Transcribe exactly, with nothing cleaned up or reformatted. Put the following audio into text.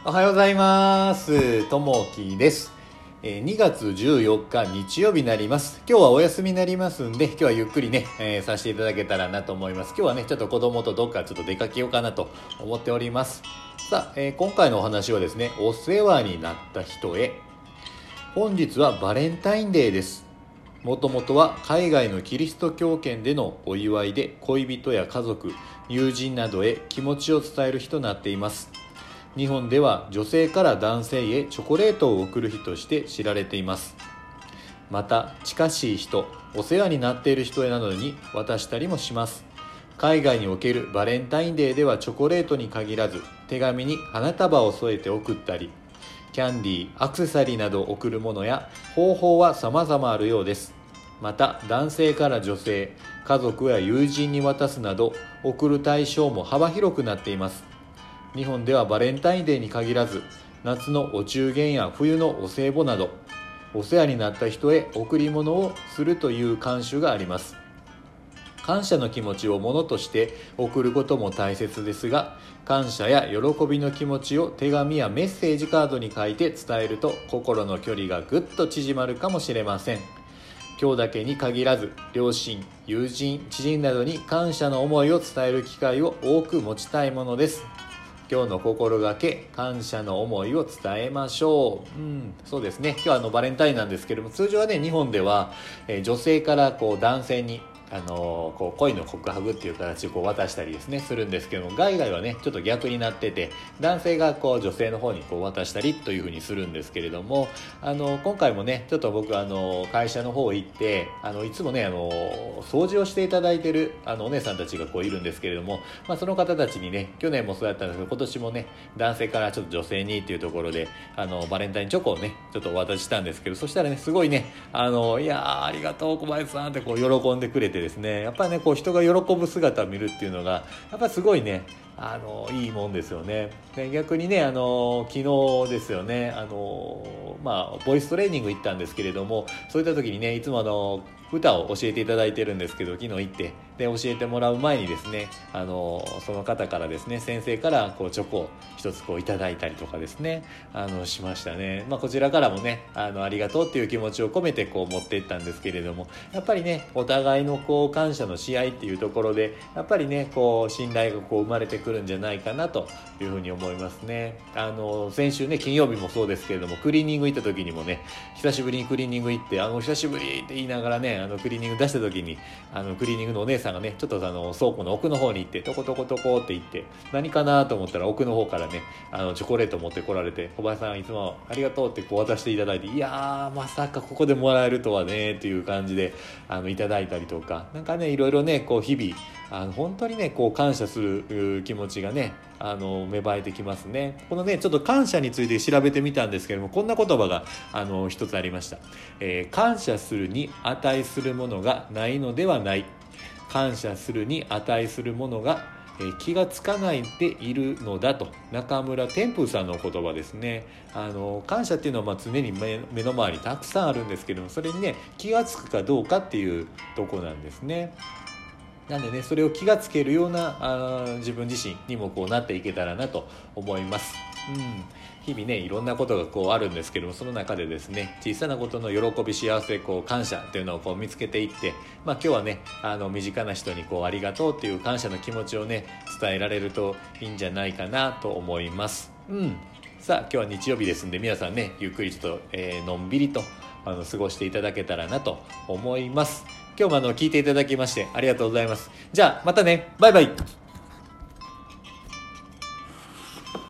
おはようございます。ともきです。にがつじゅうよっか日曜日になります。今日はお休みになりますんで、今日はゆっくりね、えー、させていただけたらなと思います。今日はね、ちょっと子供とどっかちょっと出かけようかなと思っております。さあ、えー、今回のお話はですね、お世話になった人へ。本日はバレンタインデーです。もともとは海外のキリスト教圏でのお祝いで恋人や家族、友人などへ気持ちを伝える日となっています。日本では女性から男性へチョコレートを贈る日として知られています。また近しい人、お世話になっている人へなどに渡したりもします。海外におけるバレンタインデーではチョコレートに限らず、手紙に花束を添えて送ったり、キャンディー、アクセサリーなどを贈るものや方法は様々あるようです。また男性から女性、家族や友人に渡すなど贈る対象も幅広くなっています。日本ではバレンタインデーに限らず、夏のお中元や冬のお歳暮などお世話になった人へ贈り物をするという慣習があります。感謝の気持ちを物として贈ることも大切ですが、感謝や喜びの気持ちを手紙やメッセージカードに書いて伝えると心の距離がぐっと縮まるかもしれません。今日だけに限らず、両親、友人、知人などに感謝の思いを伝える機会を多く持ちたいものです。今日の心がけ、感謝の思いを伝えましょう。うん、そうですね。今日はあのバレンタインなんですけれども、通常はね、日本では、えー、女性からこう男性にあのー、こう恋の告白っていう形でこう渡したりですねするんですけども、海外はねちょっと逆になってて、男性がこう女性の方にこう渡したりというふうにするんですけれども、あのー、今回もねちょっと僕あのー、会社の方行って、あのいつもねあの掃除をしていただいてるあのお姉さんたちがこういるんですけれども、まあ、その方たちにね、去年もそうやったんですけど、今年もね男性からちょっと女性にっていうところであのバレンタインチョコをねちょっとお渡ししたんですけど、そしたらねすごいねあのいやーありがとう小林さんってこう喜んでくれてですね、やっぱりねこう人が喜ぶ姿を見るっていうのがやっぱりすごいねあのいいもんですよね。で逆にねあの昨日ですよね、あのまあボイストレーニング行ったんですけれども、そういった時にねいつもあの歌を教えていただいてるんですけど、昨日行ってで教えてもらう前にですね、あのその方からですね、先生からこうチョコを一つこういただいたりとかですね、あのしましたね。まあこちらからもねあのありがとうっていう気持ちを込めてこう持っていったんですけれども、やっぱりねお互いのこう感謝のし合いっていうところでやっぱりねこう信頼がこう生まれてくるんじゃないかなというふうに思いますね。あの先週ね金曜日もそうですけれども、クリーニング行った時にもね、久しぶりにクリーニング行って、あの久しぶりって言いながらねあのクリーニング出した時に、あのクリーニングのお姉さんがねちょっとあの倉庫の奥の方に行ってトコトコトコって言って、何かなと思ったら奥の方からねあのチョコレート持ってこられて、小林さんいつもありがとうってこう渡していただいて、いやーまさかここでもらえるとはねっていう感じであのいただいたりとか、なんかねいろいろねこう日々あの本当にねこう感謝する気持ちがねあの芽生えてきますね。このねちょっと感謝について調べてみたんですけれども、こんな言葉があの一つありました。えー、感謝するに値するものがないのではない。感謝するに値するものが、えー、気がつかないでいるのだと、中村天風さんの言葉ですね。あの感謝っていうのはまあ常に 目, 目の前にたくさんあるんですけども、それにね気がつくかどうかっていうとこなんですね。なんでねそれを気がつけるようなあ自分自身にもこうなっていけたらなと思います。うん、日々ねいろんなことがこうあるんですけども、その中でですね小さなことの喜び幸せこう感謝っていうのをこう見つけていって、まあ、今日はねあの身近な人にこうありがとうっていう感謝の気持ちをね伝えられるといいんじゃないかなと思います。うん、さあ今日は日曜日ですんで、皆さんねゆっくりちょっと、えー、のんびりとあの過ごしていただけたらなと思います。今日もあの聞いていただきましてありがとうございます。じゃあまたね、バイバイ。